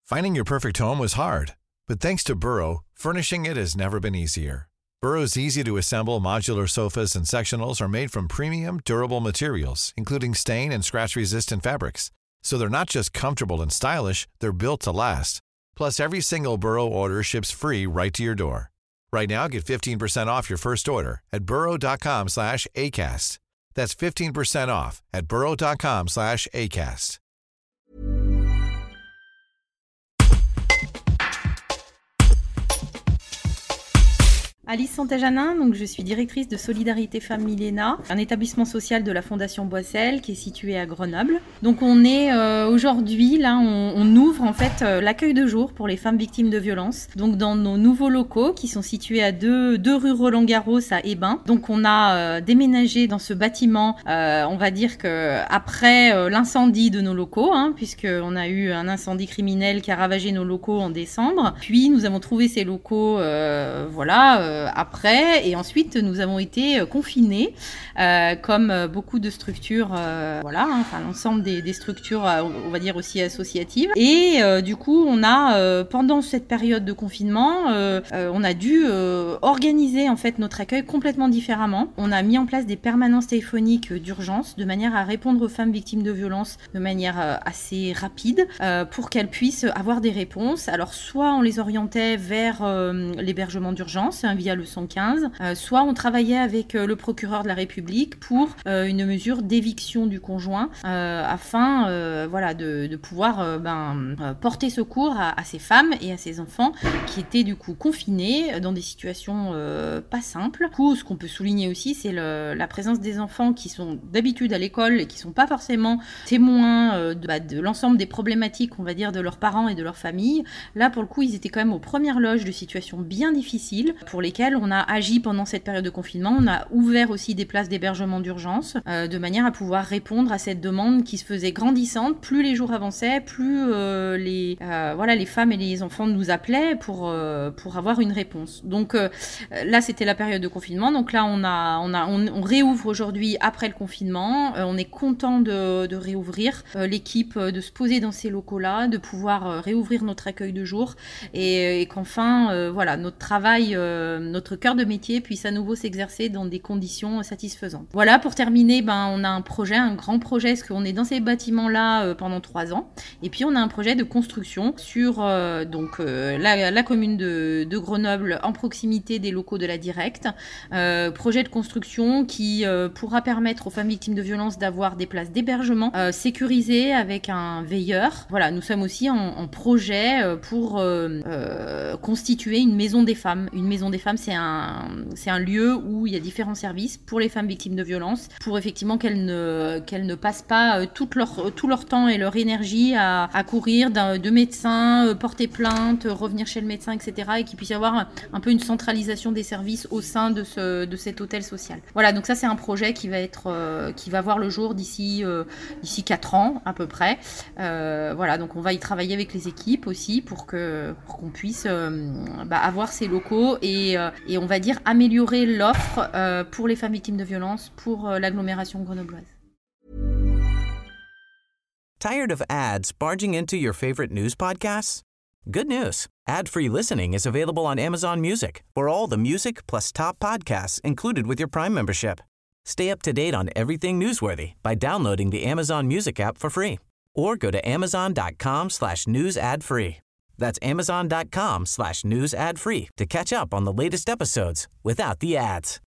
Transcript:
Finding your perfect home was hard, but thanks to Burrow, furnishing it has never been easier. Burrow's easy-to-assemble modular sofas and sectionals are made from premium, durable materials, including stain and scratch-resistant fabrics. So they're not just comfortable and stylish, they're built to last. Plus, every single Burrow order ships free right to your door. Right now, get 15% off your first order at burrow.com/ACAST. That's 15% off at burrow.com/ACAST. Alice Santajanin, donc je suis directrice de Solidarité Femmes Milena, un établissement social de la Fondation Boissel qui est situé à Grenoble. Donc on est aujourd'hui, là, on ouvre en fait l'accueil de jour pour les femmes victimes de violences. Donc dans nos nouveaux locaux qui sont situés à 2 rue Roland-Garros à Hébin. Donc on a déménagé dans ce bâtiment, on va dire que après l'incendie de nos locaux, puisque on a eu un incendie criminel qui a ravagé nos locaux en décembre. Puis nous avons trouvé ces locaux, après, et ensuite nous avons été confinés comme beaucoup de structures, l'ensemble des structures, on va dire aussi associatives. Et du coup, on a pendant cette période de confinement, on a dû organiser en fait notre accueil complètement différemment. On a mis en place des permanences téléphoniques d'urgence de manière à répondre aux femmes victimes de violences de manière assez rapide pour qu'elles puissent avoir des réponses. Alors soit on les orientait vers l'hébergement d'urgence via le 115, soit on travaillait avec le procureur de la République pour une mesure d'éviction du conjoint afin de pouvoir porter secours à ces femmes et à ces enfants qui étaient du coup confinés dans des situations pas simples. Du coup, ce qu'on peut souligner aussi, c'est la présence des enfants qui sont d'habitude à l'école et qui sont pas forcément témoins de l'ensemble des problématiques, on va dire, de leurs parents et de leur famille. Là, pour le coup, ils étaient quand même aux premières loges de situations bien difficiles pour lesquelles on a agi pendant cette période de confinement. On a ouvert aussi des places d'hébergement d'urgence de manière à pouvoir répondre à cette demande qui se faisait grandissante. Plus les jours avançaient, plus les femmes et les enfants nous appelaient pour avoir une réponse. Donc là, c'était la période de confinement. Donc là, on réouvre aujourd'hui après le confinement. On est content de réouvrir l'équipe, de se poser dans ces locaux-là, de pouvoir réouvrir notre accueil de jour et qu'enfin, notre travail, notre cœur de métier puisse à nouveau s'exercer dans des conditions satisfaisantes. Voilà, pour terminer, on a un grand projet, parce qu'on est dans ces bâtiments-là pendant 3 ans. Et puis, on a un projet de construction sur la commune de Grenoble, en proximité des locaux de la Directe. Projet de construction qui pourra permettre aux femmes victimes de violences d'avoir des places d'hébergement sécurisées avec un veilleur. Voilà, nous sommes aussi en projet pour constituer une maison des femmes. Une maison des femmes, c'est un lieu où il y a différents services pour les femmes victimes de violences, pour effectivement qu'elles ne passent pas tout leur temps et leur énergie à courir de médecins, porter plainte, revenir chez le médecin, etc. et qu'il puisse y avoir un peu une centralisation des services au sein de cet hôtel social. Voilà, donc ça c'est un projet qui va voir le jour d'ici 4 ans à peu près. Donc on va y travailler avec les équipes aussi pour qu'on puisse avoir ces locaux et on va dire améliorer l'offre pour les femmes victimes de violences pour l'agglomération grenobloise. Tired of ads barging into your favorite news podcasts? Good news. Ad-free listening is available on Amazon Music for all the music plus top podcasts included with your Prime membership. Stay up to date on everything newsworthy by downloading the Amazon Music app for free or go to amazon.com/news ad free. That's amazon.com/news ad free to catch up on the latest episodes without the ads.